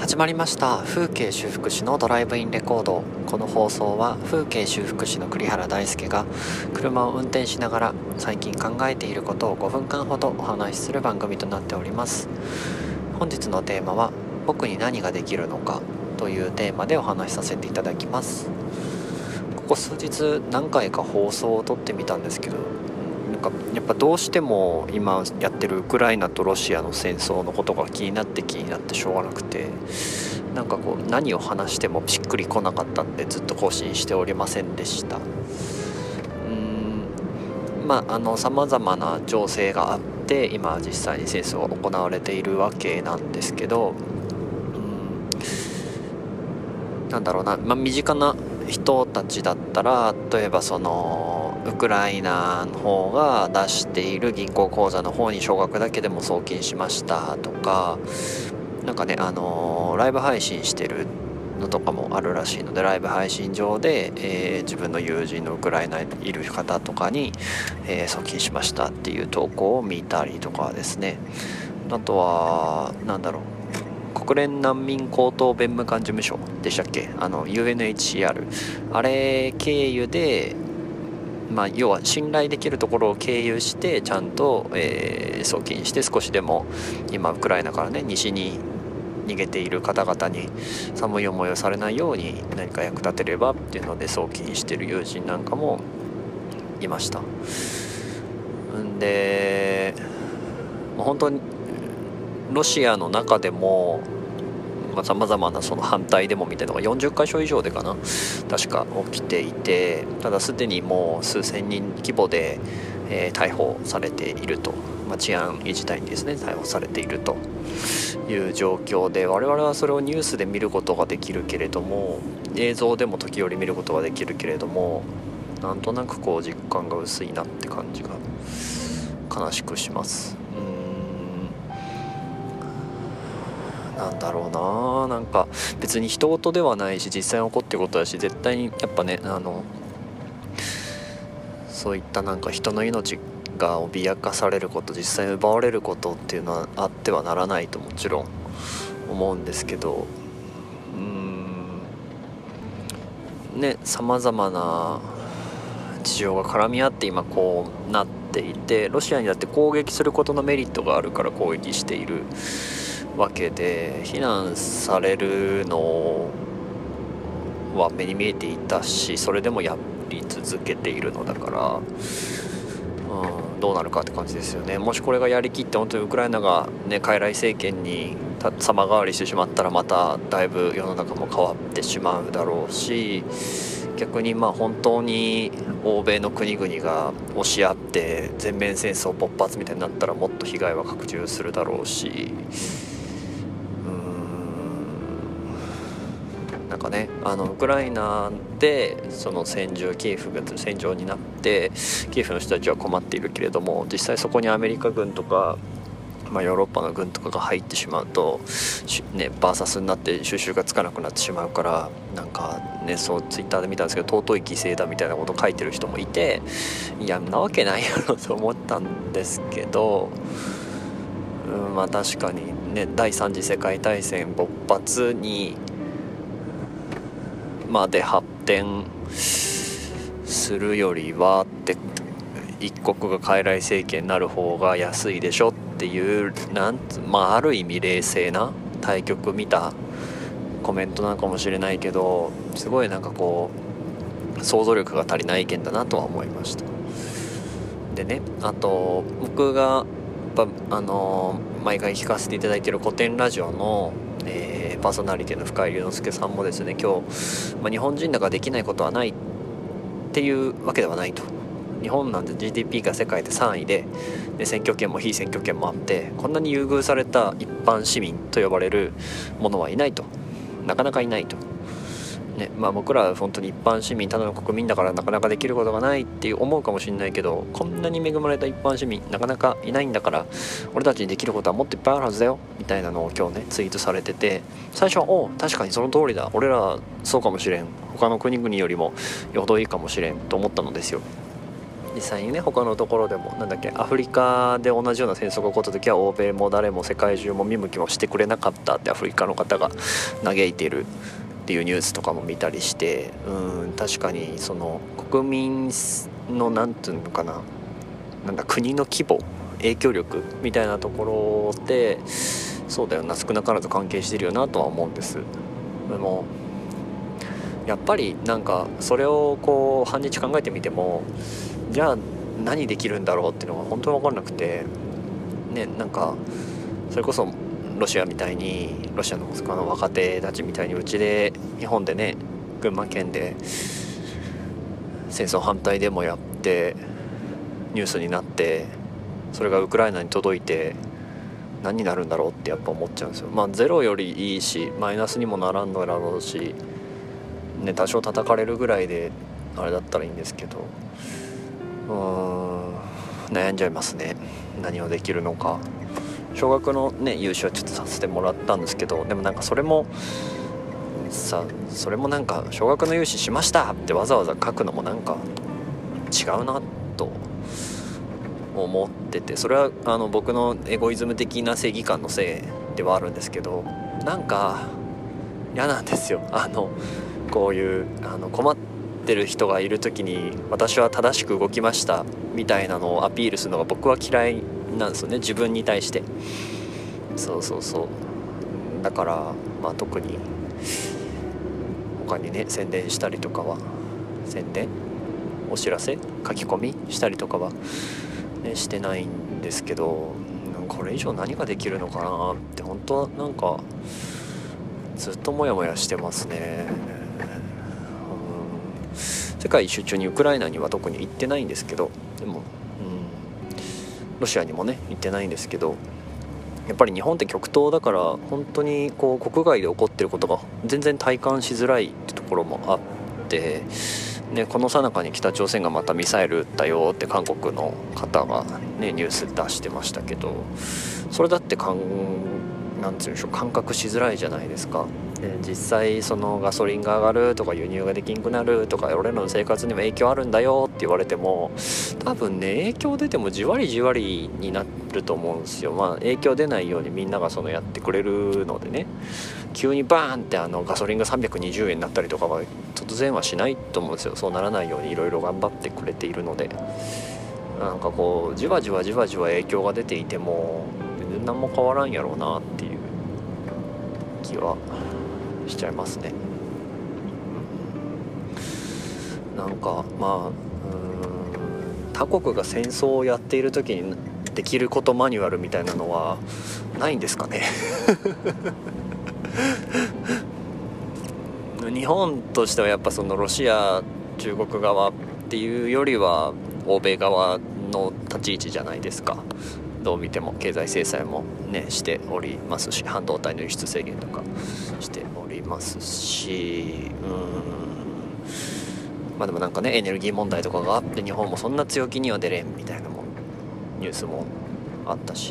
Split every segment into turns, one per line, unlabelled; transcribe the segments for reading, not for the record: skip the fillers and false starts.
始まりました風景修復師のドライブインレコード。この放送は風景修復師の栗原大輔が車を運転しながら最近考えていることを5分間ほどお話しする番組となっております。本日のテーマは僕に何ができるのかというテーマでお話しさせていただきます。ここ数日何回か放送を撮ってみたんですけど、なんかやっぱどうしても今やってるウクライナとロシアの戦争のことが気になってしょうがなくて、なんかこう何を話してもしっくりこなかったんでずっと更新しておりませんでした。さまざまな情勢があって今実際に戦争が行われているわけなんですけど、なんだろうな、身近な人たちだったら、例えばそのウクライナの方が出している銀行口座の方に少額だけでも送金しましたとか、なんかね、ライブ配信してるのとかもあるらしいので、ライブ配信上で、自分の友人のウクライナにいる方とかに、送金しましたっていう投稿を見たりとかですね。あとはなんだろう、国連難民高等弁務官事務所でしたっけ、UNHCR、 あれ経由で、要は信頼できるところを経由してちゃんと、送金して、少しでも今ウクライナからね西に逃げている方々に寒い思いをされないように何か役立てればっていうので送金してる友人なんかもいました。んで本当にロシアの中でもさまざまなその反対デモみたいなのが40カ所以上でかな、確か起きていて、ただすでにもう数千人規模で、逮捕されていると、治安維持隊にですね逮捕されているという状況で、我々はそれをニュースで見ることができるけれども、映像でも時折見ることができるけれども、なんとなくこう実感が薄いなって感じが悲しくします。なんだろうな、なんか別に人事ではないし実際に起こってることだし、絶対にやっぱね、そういったなんか人の命が脅かされること、実際に奪われることっていうのはあってはならないともちろん思うんですけど、さまざまな事情が絡み合って今こうなっていて、ロシアにだって攻撃することのメリットがあるから攻撃しているわけで、非難されるのは目に見えていたし、それでもやり続けているのだから、どうなるかって感じですよね。もしこれがやりきって本当にウクライナがね傀儡政権に様変わりしてしまったら、まただいぶ世の中も変わってしまうだろうし、逆に本当に欧米の国々が押し合って全面戦争勃発みたいになったら、もっと被害は拡充するだろうし、なんかね、ウクライナでそのキエフが戦場になってキエフの人たちは困っているけれども、実際そこにアメリカ軍とか、ヨーロッパの軍とかが入ってしまうとバーサスになって収拾がつかなくなってしまうから、なんかね、そうツイッターで見たんですけど、尊い犠牲だみたいなことを書いてる人もいて、いやんなわけないやろと思ったんですけど、確かにね、第三次世界大戦勃発にまで発展するよりはって、一国が傀儡政権になる方が安いでしょっていう、ある意味冷静な対局見たコメントなのかもしれないけど、すごいなんかこう想像力が足りない意見だなとは思いました。でね、あと僕が毎回聞かせていただいている古典ラジオのパーソナリティの深井龍之介さんもですね、今日、日本人だからできないことはないっていうわけではないと。日本なんて GDP が世界で3位で、選挙権も非選挙権もあって、こんなに優遇された一般市民と呼ばれるものはいないと、なかなかいないと、僕らは本当に一般市民ただの国民だからなかなかできることがないって思うかもしれないけど、こんなに恵まれた一般市民なかなかいないんだから、俺たちにできることはもっといっぱいあるはずだよみたいなのを今日ねツイートされてて、最初は確かにその通りだ、俺らそうかもしれん、他の国々よりもよほどいいかもしれんと思ったのですよ。 実際にね他のところでもなんだっけアフリカで同じような戦争が起こった時は欧米も誰も世界中も見向きもしてくれなかったってアフリカの方が嘆いているっていうニュースとかも見たりして、確かにその国民のなんていうのかな、なんだ国の規模影響力みたいなところでそうだよな少なからず関係してるよなとは思うんです。でもやっぱりなんかそれをこう半日考えてみてもじゃあ何できるんだろうっていうのが本当に分からなくてね、なんかそれこそロシアみたいにロシアの若手たちみたいにうちで日本でね群馬県で戦争反対デモやってニュースになってそれがウクライナに届いて何になるんだろうってやっぱ思っちゃうんですよ。まあゼロよりいいしマイナスにもならんのだろうし、ね、多少叩かれるぐらいであれだったらいいんですけど悩んじゃいますね。何をできるのか。小学のね優勝はちょっとさせてもらったんですけどでもなんかそれもなんか小学の融資しましたってわざわざ書くのもなんか違うなと思ってて、それは僕のエゴイズム的な正義感のせいではあるんですけどなんか嫌なんですよ。こういう困ってる人がいる時に私は正しく動きましたみたいなのをアピールするのが僕は嫌いなんですよね、自分に対して。そうだからまあ特に他にね宣伝したりとかはお知らせ書き込みしたりとかは、ね、してないんですけどこれ以上何ができるのかなって本当はなんかずっとモヤモヤしてますね。世界一周中にウクライナには特に行ってないんですけどでもロシアにもね行ってないんですけどやっぱり日本って極東だから本当にこう国外で起こってることが全然体感しづらいってところもあって、ね、この最中に北朝鮮がまたミサイル撃ったよって韓国の方が、ね、ニュース出してましたけどそれだってなんて言うんでしょう感覚しづらいじゃないですか。で実際そのガソリンが上がるとか輸入ができんくなるとか俺らの生活にも影響あるんだよって言われても多分ね影響出てもじわりじわりになると思うんですよ。まあ影響出ないようにみんながやってくれるのでね急にバーンってガソリンが320円になったりとかは突然はしないと思うんですよ。そうならないようにいろいろ頑張ってくれているのでなんかこうじわじわ影響が出ていても全然何も変わらんやろうなっていう気はしちゃいますね。なんかまあ他国が戦争をやっている時にできることマニュアルみたいなのはないんですかね日本としてはやっぱそのロシア中国側っていうよりは欧米側の立ち位置じゃないですか。どう見ても経済制裁もねしておりますし半導体の輸出制限とかしておりますしまあでもなんかねエネルギー問題とかがあって日本もそんな強気には出れんみたいなニュースもあったし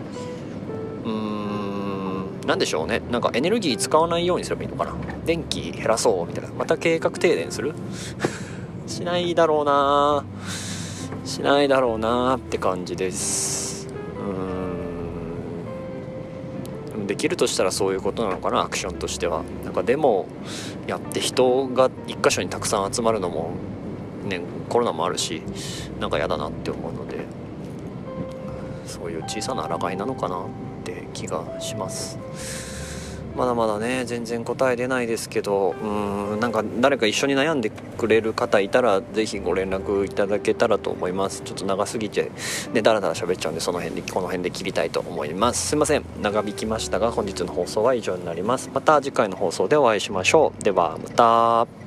なんでしょうねなんかエネルギー使わないようにすればいいのかな電気減らそうみたいなまた計画停電するしないだろうなって感じです。できるとしたらそういうことなのかなアクションとしては。なんかデモやって人が一箇所にたくさん集まるのもねコロナもあるしなんか嫌だなって思うのでそういう小さな抗いなのかなって気がします。まだまだね全然答え出ないですけどなんか誰か一緒に悩んでくれる方いたらぜひご連絡いただけたらと思います。ちょっと長すぎてねだらだら喋っちゃうんでこの辺で切りたいと思います。すいません長引きましたが本日の放送は以上になります。また次回の放送でお会いしましょう。ではまた。